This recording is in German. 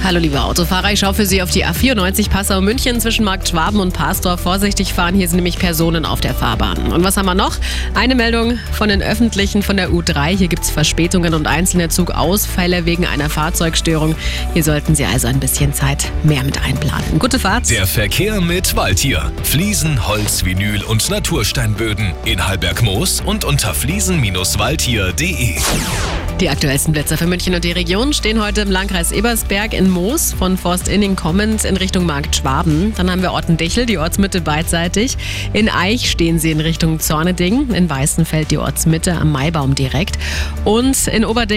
Hallo liebe Autofahrer, ich schaue für Sie auf die A94 Passau-München zwischen Markt Schwaben und Parsdorf. Vorsichtig fahren, hier sind nämlich Personen auf der Fahrbahn. Und was haben wir noch? Eine Meldung von den Öffentlichen von der U3. Hier gibt es Verspätungen und einzelne Zugausfälle wegen einer Fahrzeugstörung. Hier sollten Sie also ein bisschen Zeit mehr mit einplanen. Gute Fahrt. Der Verkehr mit Waldtier. Fliesen, Holz, Vinyl und Natursteinböden in Hallberg-Moos und unter fliesen-waldtier.de. Die aktuellsten Blitzer für München und die Region stehen heute im Landkreis Ebersberg in Moos, von Forstinning kommend in Richtung Markt Schwaben. Dann haben wir Ortendichl, die Ortsmitte beidseitig. In Aich stehen sie in Richtung Zorneding, in Weißenfeld die Ortsmitte am Maibaum direkt. Und in Oberding